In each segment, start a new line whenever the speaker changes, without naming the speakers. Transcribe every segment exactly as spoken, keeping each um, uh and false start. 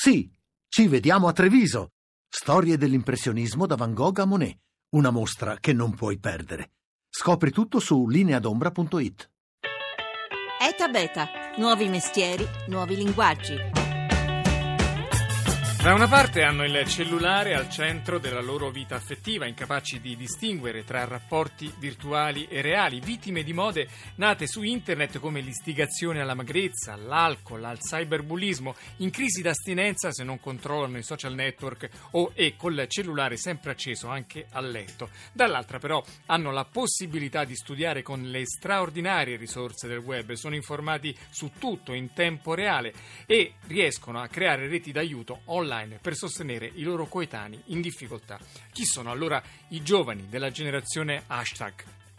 Sì, ci vediamo a Treviso. Storie dell'impressionismo da Van Gogh a Monet. Una mostra che non puoi perdere. Scopri tutto su lineadombra punto it.
Eta Beta, nuovi mestieri, nuovi linguaggi.
Da una parte hanno il cellulare al centro della loro vita affettiva, incapaci di distinguere tra rapporti virtuali e reali, vittime di mode nate su internet come l'istigazione alla magrezza, all'alcol, al cyberbullismo, in crisi d'astinenza se non controllano i social network o e col cellulare sempre acceso anche a letto. Dall'altra però hanno la possibilità di studiare con le straordinarie risorse del web, sono informati su tutto in tempo reale e riescono a creare reti d'aiuto online per sostenere i loro coetanei in difficoltà. Chi sono allora i giovani della generazione hashtag?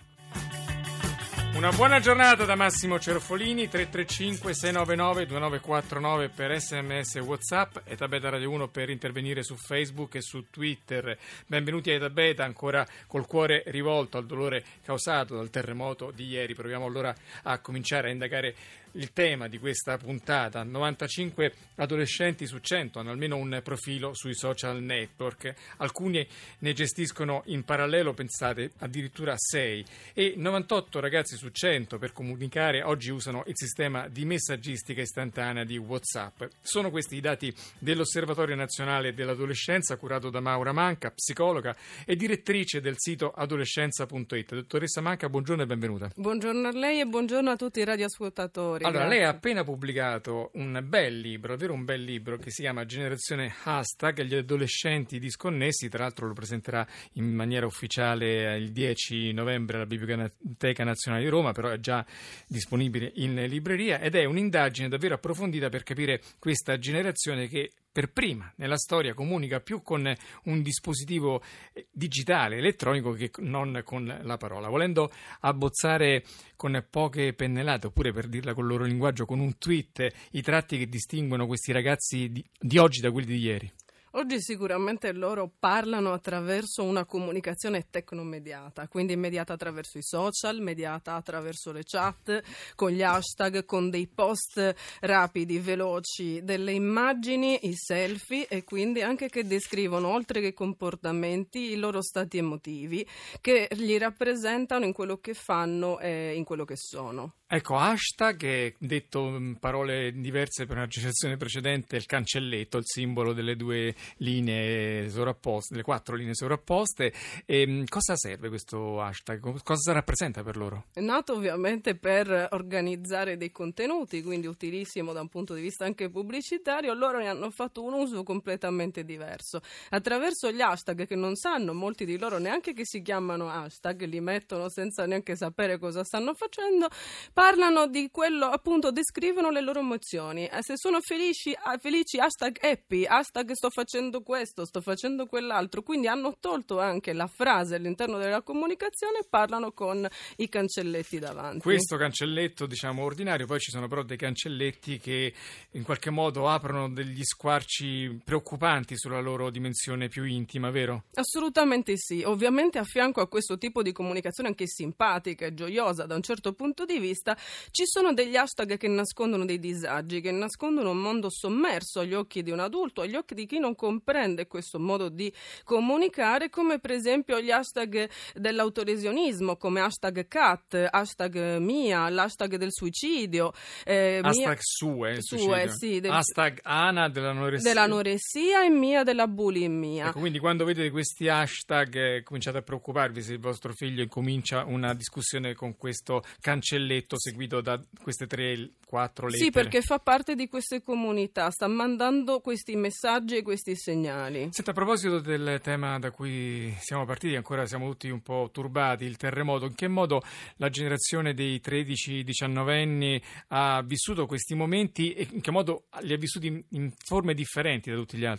Una buona giornata da Massimo Cerfolini. Tre tre cinque sei nove nove due nove quattro nove per sms e WhatsApp, Eta Beta Radio uno per intervenire su Facebook e su Twitter. Benvenuti a Eta Beta, ancora col cuore rivolto al dolore causato dal terremoto di ieri. Proviamo allora a cominciare a indagare il tema di questa puntata. novantacinque adolescenti su cento hanno almeno un profilo sui social network, alcuni ne gestiscono in parallelo, pensate, addirittura sei, e novantotto ragazzi su cento per comunicare oggi usano il sistema di messaggistica istantanea di WhatsApp. Sono questi i dati dell'Osservatorio Nazionale dell'Adolescenza curato da Maura Manca, psicologa e direttrice del sito adolescenza punto it. Dottoressa Manca, buongiorno e benvenuta.
Buongiorno a lei e buongiorno a tutti i radioascoltatori.
Allora,
grazie.
Lei ha appena pubblicato un bel libro, davvero un bel libro, che si chiama Generazione Hashtag, gli adolescenti disconnessi. Tra l'altro lo presenterà in maniera ufficiale il dieci novembre alla Biblioteca Nazionale di Roma, però è già disponibile in libreria ed è un'indagine davvero approfondita per capire questa generazione che per prima nella storia comunica più con un dispositivo digitale, elettronico, che non con la parola, volendo abbozzare con poche pennellate, oppure per dirla col loro linguaggio, con un tweet, i tratti che distinguono questi ragazzi di, di oggi da quelli di ieri.
Oggi sicuramente loro parlano attraverso una comunicazione tecnomediata, quindi mediata attraverso i social, mediata attraverso le chat, con gli hashtag, con dei post rapidi, veloci, delle immagini, i selfie, e quindi anche che descrivono, oltre che comportamenti, i loro stati emotivi, che li rappresentano in quello che fanno e in quello che sono.
Ecco, hashtag è, detto in parole diverse per una generazione precedente, il cancelletto, il simbolo delle due linee sovrapposte, delle quattro linee sovrapposte. E cosa serve questo hashtag? Cosa rappresenta per loro?
È nato ovviamente per organizzare dei contenuti, quindi utilissimo da un punto di vista anche pubblicitario. Loro ne hanno fatto un uso completamente diverso. Attraverso gli hashtag, che non sanno molti di loro neanche che si chiamano hashtag, li mettono senza neanche sapere cosa stanno facendo. Parlano di quello, appunto, descrivono le loro emozioni. Eh, se sono felici, felici, hashtag happy, hashtag sto facendo questo, sto facendo quell'altro. Quindi hanno tolto anche la frase all'interno della comunicazione e parlano con i cancelletti davanti.
Questo cancelletto, diciamo, ordinario, poi ci sono però dei cancelletti che in qualche modo aprono degli squarci preoccupanti sulla loro dimensione più intima, vero?
Assolutamente sì. Ovviamente a fianco a questo tipo di comunicazione anche simpatica e gioiosa da un certo punto di vista, ci sono degli hashtag che nascondono dei disagi, che nascondono un mondo sommerso agli occhi di un adulto, agli occhi di chi non comprende questo modo di comunicare, come per esempio gli hashtag dell'autolesionismo, come hashtag cat, hashtag mia, l'hashtag del suicidio, eh,
hashtag
mia,
sue,
sue sì, del,
hashtag Ana dell'anoressia.
dell'anoressia e mia della bulimia.
Ecco, quindi quando vedete questi hashtag eh, cominciate a preoccuparvi se il vostro figlio incomincia una discussione con questo cancelletto seguito da queste tre, quattro lettere.
Sì, perché fa parte di queste comunità, sta mandando questi messaggi e questi segnali.
Senta, a proposito del tema da cui siamo partiti, ancora siamo tutti un po' turbati, il terremoto, in che modo la generazione dei tredici diciannove ha vissuto questi momenti e in che modo li ha vissuti in, in forme differenti da tutti gli altri?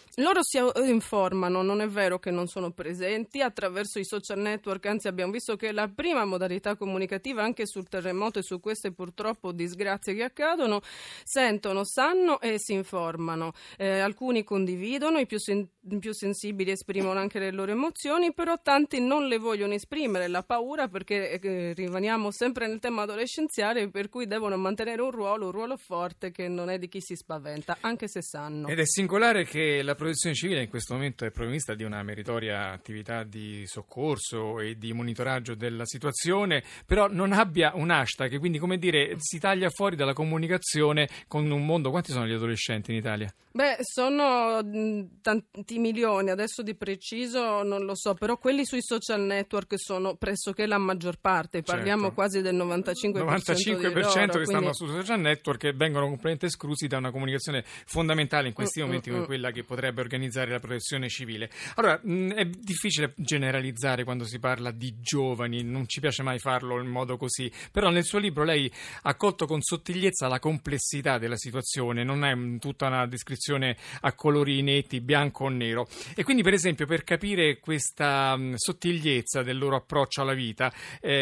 Loro si informano, non è vero che non sono presenti, attraverso i social network, anzi abbiamo visto che è la prima modalità comunicativa anche sul terremoto e su queste purtroppo disgrazie che accadono. Sentono, sanno e si informano. Eh, alcuni condividono, i più, sen- i più sensibili esprimono anche le loro emozioni, però tanti non le vogliono esprimere, la paura, perché eh, rimaniamo sempre nel tema adolescenziale, per cui devono mantenere un ruolo, un ruolo forte che non è di chi si spaventa, anche se sanno.
Ed è singolare che la protezione civile in questo momento è protagonista di una meritoria attività di soccorso e di monitoraggio della situazione, però non abbia un hashtag, quindi come dire si taglia fuori dalla comunicazione con un mondo. Quanti sono gli adolescenti in Italia?
Beh, sono mh, tanti milioni, adesso di preciso non lo so, però quelli sui social network sono pressoché la maggior parte, parliamo
certo.
quasi del novantacinque per cento
novantacinque per cento
di loro,
che
quindi...
stanno sui social network e vengono completamente esclusi da una comunicazione fondamentale in questi
mm,
momenti
mm,
come
mm.
quella che potrebbe organizzare la protezione civile. Allora, mh, è difficile generalizzare quando si parla di giovani, non ci piace mai farlo in modo così, però nel suo libro lei ha colto con sottigliezza la complessità della situazione, non è mh, tutta una descrizione a colori netti, bianco o nero. E quindi, per esempio, per capire questa mh, sottigliezza del loro approccio alla vita,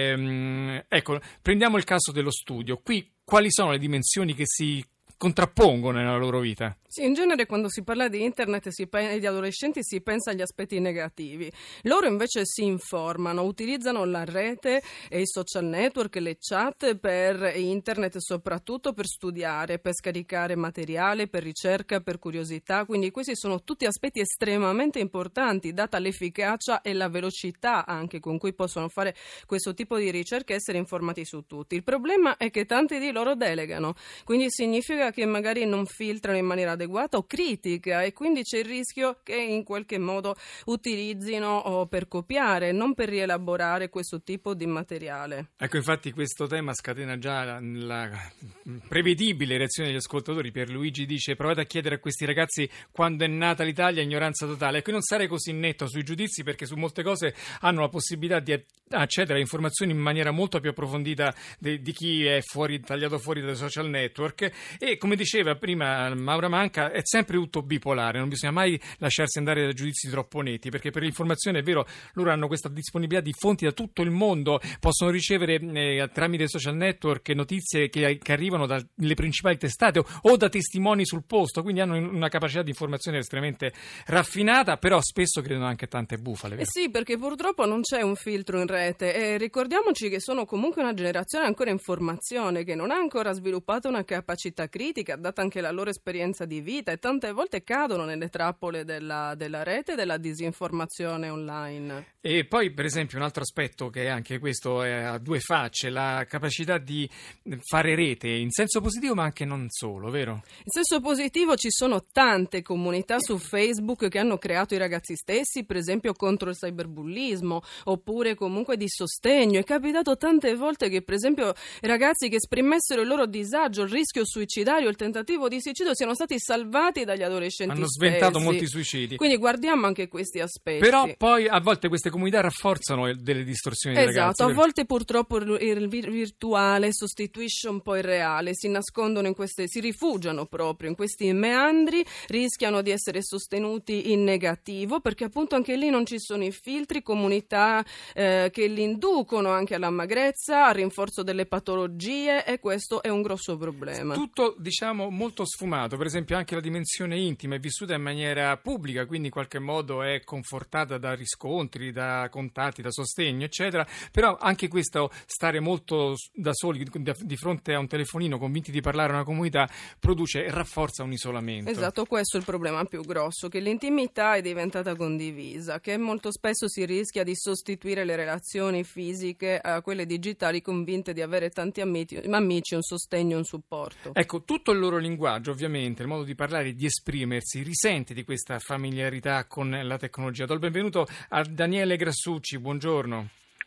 ehm, ecco, prendiamo il caso dello studio. Qui quali sono le dimensioni che si contrappongono nella loro vita?
Sì, in genere quando si parla di internet si pe- e di adolescenti si pensa agli aspetti negativi. Loro invece si informano, utilizzano la rete e i social network e le chat per internet, soprattutto per studiare, per scaricare materiale, per ricerca, per curiosità. Quindi questi sono tutti aspetti estremamente importanti, data l'efficacia e la velocità anche con cui possono fare questo tipo di ricerca e essere informati su tutti. Il problema è che tanti di loro delegano, quindi significa che magari non filtrano in maniera adeguata o critica, e quindi c'è il rischio che in qualche modo utilizzino per copiare, non per rielaborare questo tipo di materiale.
Ecco, infatti questo tema scatena già la, la prevedibile reazione degli ascoltatori. Pierluigi dice: provate a chiedere a questi ragazzi quando è nata l'Italia, ignoranza totale. Ecco, io non sarei così netto sui giudizi, perché su molte cose hanno la possibilità di accedere a informazioni in maniera molto più approfondita di, di chi è fuori, tagliato fuori dai social network. E come diceva prima Maura Manca, è sempre tutto bipolare, non bisogna mai lasciarsi andare da giudizi troppo netti, perché per l'informazione è vero, loro hanno questa disponibilità di fonti da tutto il mondo, possono ricevere eh, tramite social network notizie che, che arrivano dalle principali testate o, o da testimoni sul posto, quindi hanno una capacità di informazione estremamente raffinata, però spesso credono anche a tante bufale.
Eh sì, perché purtroppo non c'è un filtro in rete, e ricordiamoci che sono comunque una generazione ancora in formazione, che non ha ancora sviluppato una capacità critica, data anche la loro esperienza di vita, e tante volte cadono nelle trappole della, della rete e della disinformazione online.
E poi, per esempio, un altro aspetto che anche questo è a due facce, la capacità di fare rete in senso positivo, ma anche non solo, vero?
In senso positivo ci sono tante comunità su Facebook che hanno creato i ragazzi stessi, per esempio contro il cyberbullismo, oppure comunque di sostegno. È capitato tante volte che, per esempio, ragazzi che esprimessero il loro disagio, il rischio suicidario, il tentativo di suicidio, siano stati salvati dagli adolescenti
hanno
stessi.
sventato molti suicidi.
Quindi guardiamo anche questi aspetti.
Però poi a volte queste comunità rafforzano delle distorsioni dei
esatto,
ragazzi.
a volte purtroppo il virtuale sostituisce un po' il reale, si nascondono in queste, si rifugiano proprio in questi meandri, rischiano di essere sostenuti in negativo, perché appunto anche lì non ci sono i filtri, comunità eh, che li inducono anche alla magrezza, al rinforzo delle patologie, e questo è un grosso problema.
Tutto, diciamo, molto sfumato. Per esempio anche la dimensione intima è vissuta in maniera pubblica, quindi in qualche modo è confortata da riscontri, da contatti, da sostegno, eccetera. Però anche questo stare molto da soli di fronte a un telefonino, convinti di parlare a una comunità, produce e rafforza un isolamento.
Esatto, questo è il problema più grosso, che l'intimità è diventata condivisa, che molto spesso si rischia di sostituire le relazioni fisiche a quelle digitali, convinte di avere tanti amici, amici un sostegno, un supporto.
Ecco, tutto il loro linguaggio, ovviamente, il modo di parlare e di esprimersi risente di questa familiarità con la tecnologia. Do il benvenuto a Daniele Grassucci, buongiorno.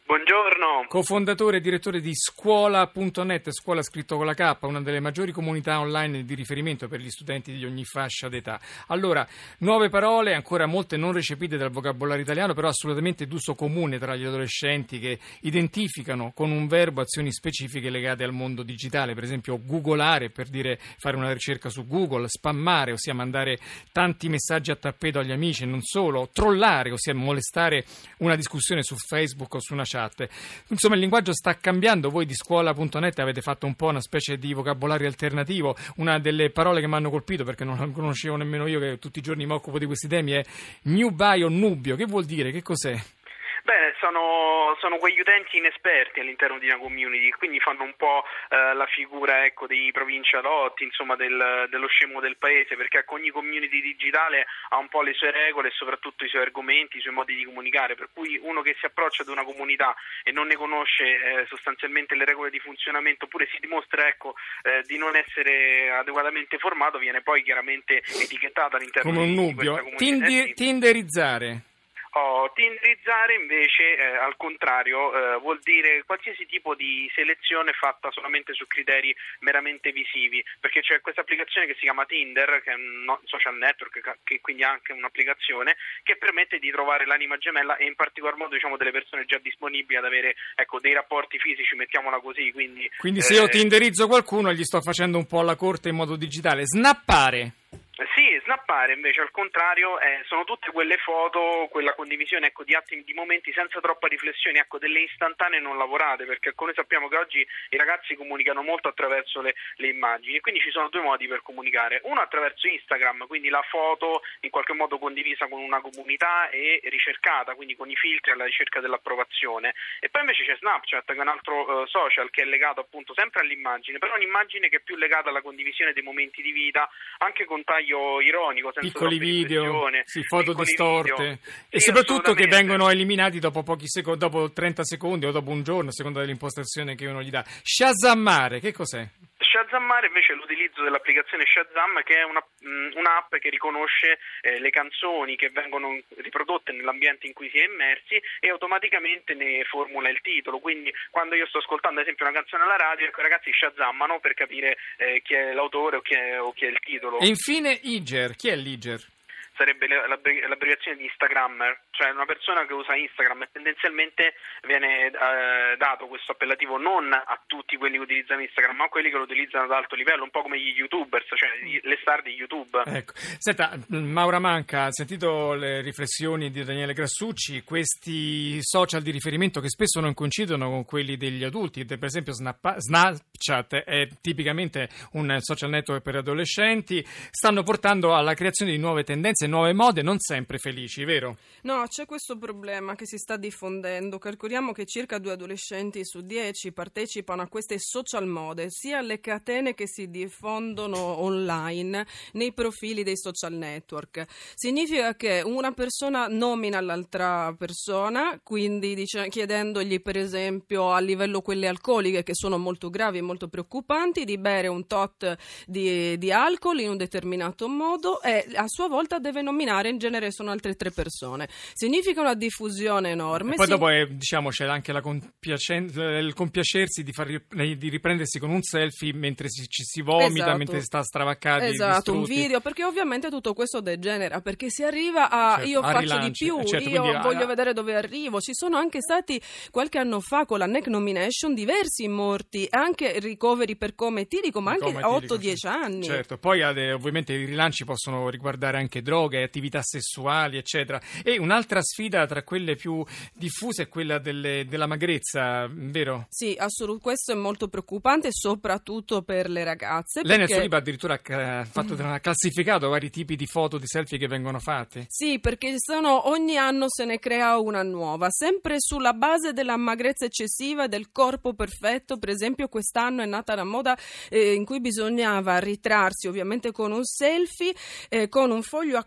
Buongiorno.
Cofondatore e direttore di scuola punto net, scuola scritto con la K, una delle maggiori comunità online di riferimento per gli studenti di ogni fascia d'età. Allora, nuove parole, ancora molte non recepite dal vocabolario italiano, però assolutamente d'uso comune tra gli adolescenti, che identificano con un verbo azioni specifiche legate al mondo digitale, per esempio googolare, per dire fare una ricerca su Google, spammare, ossia mandare tanti messaggi a tappeto agli amici e non solo, trollare, ossia molestare una discussione su Facebook o su una chat. Insomma, il linguaggio sta cambiando. Voi di scuola punto net avete fatto un po' una specie di vocabolario alternativo. Una delle parole che mi hanno colpito, perché non la conoscevo nemmeno io, che tutti i giorni mi occupo di questi temi, è newbie o nubbio. Che vuol dire? Che cos'è?
Bene, sono, sono quegli utenti inesperti all'interno di una community, quindi fanno un po' eh, la figura, ecco, dei provincialotti, insomma del, dello scemo del paese, perché ecco, ogni community digitale ha un po' le sue regole e soprattutto i suoi argomenti, i suoi modi di comunicare, per cui uno che si approccia ad una comunità e non ne conosce eh, sostanzialmente le regole di funzionamento, oppure si dimostra ecco, eh, di non essere adeguatamente formato, viene poi chiaramente etichettato all'interno
come un
di,
nubbio.
di questa comunità.
Tindi,
eh, sì.
Tinderizzare.
Oh, tinderizzare invece eh, al contrario eh, vuol dire qualsiasi tipo di selezione fatta solamente su criteri meramente visivi, perché c'è questa applicazione che si chiama Tinder, che è un social network, che quindi ha anche un'applicazione che permette di trovare l'anima gemella e in particolar modo diciamo delle persone già disponibili ad avere ecco dei rapporti fisici, mettiamola così. Quindi,
quindi se
eh,
io tinderizzo qualcuno gli sto facendo un po' alla corte in modo digitale. Snappare.
Sì, snappare invece al contrario eh, sono tutte quelle foto, quella condivisione ecco, di attimi, di momenti senza troppa riflessione, ecco, delle istantanee non lavorate, perché come sappiamo che oggi i ragazzi comunicano molto attraverso le, le immagini, quindi ci sono due modi per comunicare: uno attraverso Instagram, quindi la foto in qualche modo condivisa con una comunità e ricercata, quindi con i filtri alla ricerca dell'approvazione, e poi invece c'è Snapchat, che è un altro uh, social che è legato appunto sempre all'immagine, però un'immagine che è più legata alla condivisione dei momenti di vita, anche con taglio ironico, senza
piccoli video, sì, foto distorte video. E
sì,
soprattutto che vengono eliminati dopo pochi secondi, dopo trenta secondi o dopo un giorno, a seconda dell'impostazione che uno gli dà. Shazammare, che cos'è?
Shazammare invece è l'utilizzo dell'applicazione Shazam, che è una, mh, un'app che riconosce eh, le canzoni che vengono riprodotte nell'ambiente in cui si è immersi e automaticamente ne formula il titolo. Quindi quando io sto ascoltando ad esempio una canzone alla radio, ecco, i ragazzi shazammano per capire eh, chi è l'autore o chi è, o chi è il titolo.
E infine Iger, chi è l'Iger?
Sarebbe l'abbreviazione di Instagrammer, cioè una persona che usa Instagram, e tendenzialmente viene eh, dato questo appellativo non a tutti quelli che utilizzano Instagram, ma a quelli che lo utilizzano ad alto livello, un po' come gli YouTubers, cioè le star di YouTube.
Ecco. Senta, Maura Manca, ha sentito le riflessioni di Daniele Grassucci, questi social di riferimento che spesso non coincidono con quelli degli adulti, per esempio Snap- Snapchat è tipicamente un social network per adolescenti, stanno portando alla creazione di nuove tendenze, nuove mode non sempre felici, vero?
No, c'è questo problema che si sta diffondendo. Calcoliamo che circa due adolescenti su dieci partecipano a queste social mode, sia alle catene che si diffondono online nei profili dei social network. Significa che una persona nomina l'altra persona, quindi dice, chiedendogli per esempio a livello quelle alcoliche, che sono molto gravi e molto preoccupanti, di bere un tot di, di alcol in un determinato modo, e a sua volta deve nominare, in genere sono altre tre persone. Significa una diffusione enorme.
E poi
si...
dopo è, diciamo, c'è anche la compiacenza, il compiacersi di, far, di riprendersi con un selfie mentre si, ci si vomita,
esatto.
mentre si sta stravaccati,
esatto,
distrutti.
Un video, perché ovviamente tutto questo degenera, perché si arriva a
certo,
io
a
faccio
rilanci.
di più,
certo,
io
quindi,
voglio
a...
vedere dove arrivo. Ci sono anche stati qualche anno fa con la N E C Nomination diversi morti, anche ricoveri per coma etilico, ma anche a otto dieci anni.
Certo, poi ovviamente i rilanci possono riguardare anche droghe, attività sessuali, eccetera. E un'altra sfida tra quelle più diffuse è quella delle, della magrezza, vero?
Sì, assolutamente, questo è molto preoccupante, soprattutto per le ragazze.
Lei
perché...
nel suo libro addirittura ha, fatto, ha classificato vari tipi di foto, di selfie che vengono fatti.
Sì, perché sono, ogni anno se ne crea una nuova, sempre sulla base della magrezza eccessiva e del corpo perfetto. Per esempio quest'anno è nata la moda eh, in cui bisognava ritrarsi ovviamente con un selfie, eh, con un foglio A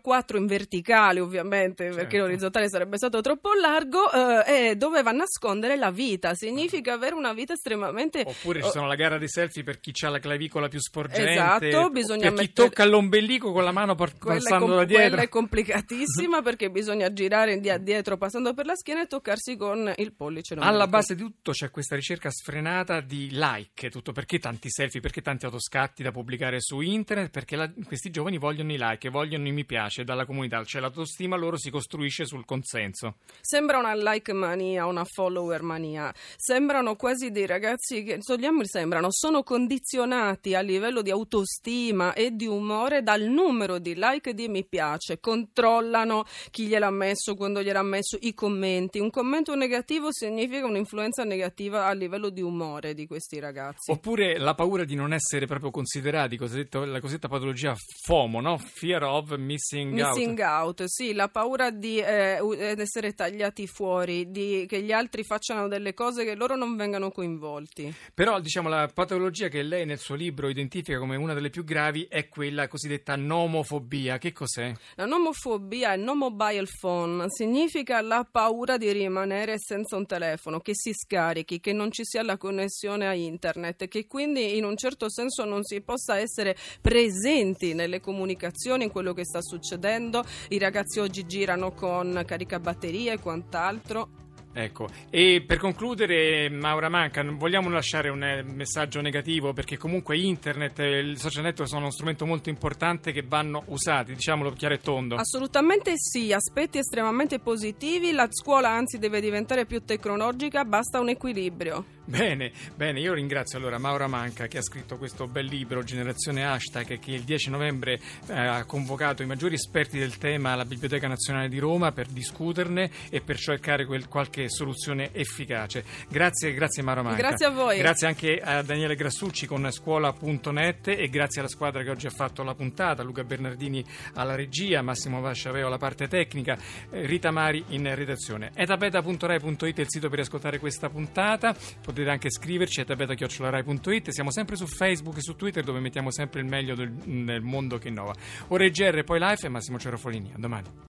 quattro in verticale, ovviamente,
certo,
perché l'orizzontale sarebbe stato troppo largo, eh, e doveva nascondere la vita. Significa avere una vita estremamente...
Oppure ci sono la gara dei selfie per chi ha la clavicola più sporgente,
esatto, bisogna
per chi
mettere...
tocca l'ombelico con la mano por- passando
com-
da dietro.
Quella è complicatissima perché bisogna girare di- dietro passando per la schiena e toccarsi con il pollice.
Alla base di tutto c'è questa ricerca sfrenata di like, tutto perché tanti selfie, perché tanti autoscatti da pubblicare su internet, perché la, questi giovani vogliono i like, vogliono i mi piace dalla comunità, cioè l'autostima loro si costruisce sul consenso.
Sembra una like mania, una follower mania, sembrano quasi dei ragazzi che, togliamo il sembrano, sono condizionati a livello di autostima e di umore dal numero di like e di mi piace, controllano chi gliel'ha messo, quando gliel'ha messo, i commenti. Un commento negativo significa un'influenza negativa a livello di umore di questi ragazzi.
Oppure la paura di non essere proprio considerati, cosiddetto, la cosiddetta patologia FOMO, no? Fear of missing,
missing
out.
out, sì, la paura di eh, essere tagliati fuori, di che gli altri facciano delle cose che loro non vengano coinvolti.
Però diciamo la patologia che lei nel suo libro identifica come una delle più gravi è quella cosiddetta nomofobia. Che cos'è?
La nomofobia è no mobile phone, significa la paura di rimanere senza un telefono, che si scarichi, che non ci sia la connessione a internet, che quindi in un certo senso non si possa essere presenti nelle comunicazioni, in quello che sta succedendo. I ragazzi oggi girano con caricabatterie e quant'altro.
Ecco, e per concludere, Maura Manca, non vogliamo lasciare un eh, messaggio negativo, perché comunque internet e il social network sono uno strumento molto importante che vanno usati, diciamolo chiaro e tondo.
Assolutamente sì, aspetti estremamente positivi, la scuola anzi deve diventare più tecnologica, basta un equilibrio.
Bene, bene, io ringrazio allora Maura Manca che ha scritto questo bel libro Generazione Hashtag, che il dieci novembre eh, ha convocato i maggiori esperti del tema alla Biblioteca Nazionale di Roma per discuterne e per cercare quel, qualche soluzione efficace. Grazie, grazie Maura Manca.
Grazie a voi.
Grazie anche a Daniele Grassucci con scuola punto net e grazie alla squadra che oggi ha fatto la puntata, Luca Bernardini alla regia, Massimo Vasciaveo alla parte tecnica, eh, Rita Mari in redazione. etapeta punto rai punto it è il sito per ascoltare questa puntata. Potete anche scriverci a etapeta chiocciola rai punto it. Siamo sempre su Facebook e su Twitter, dove mettiamo sempre il meglio del, del mondo che innova. Ora è G R, poi Life e Massimo Cerofolini. A domani.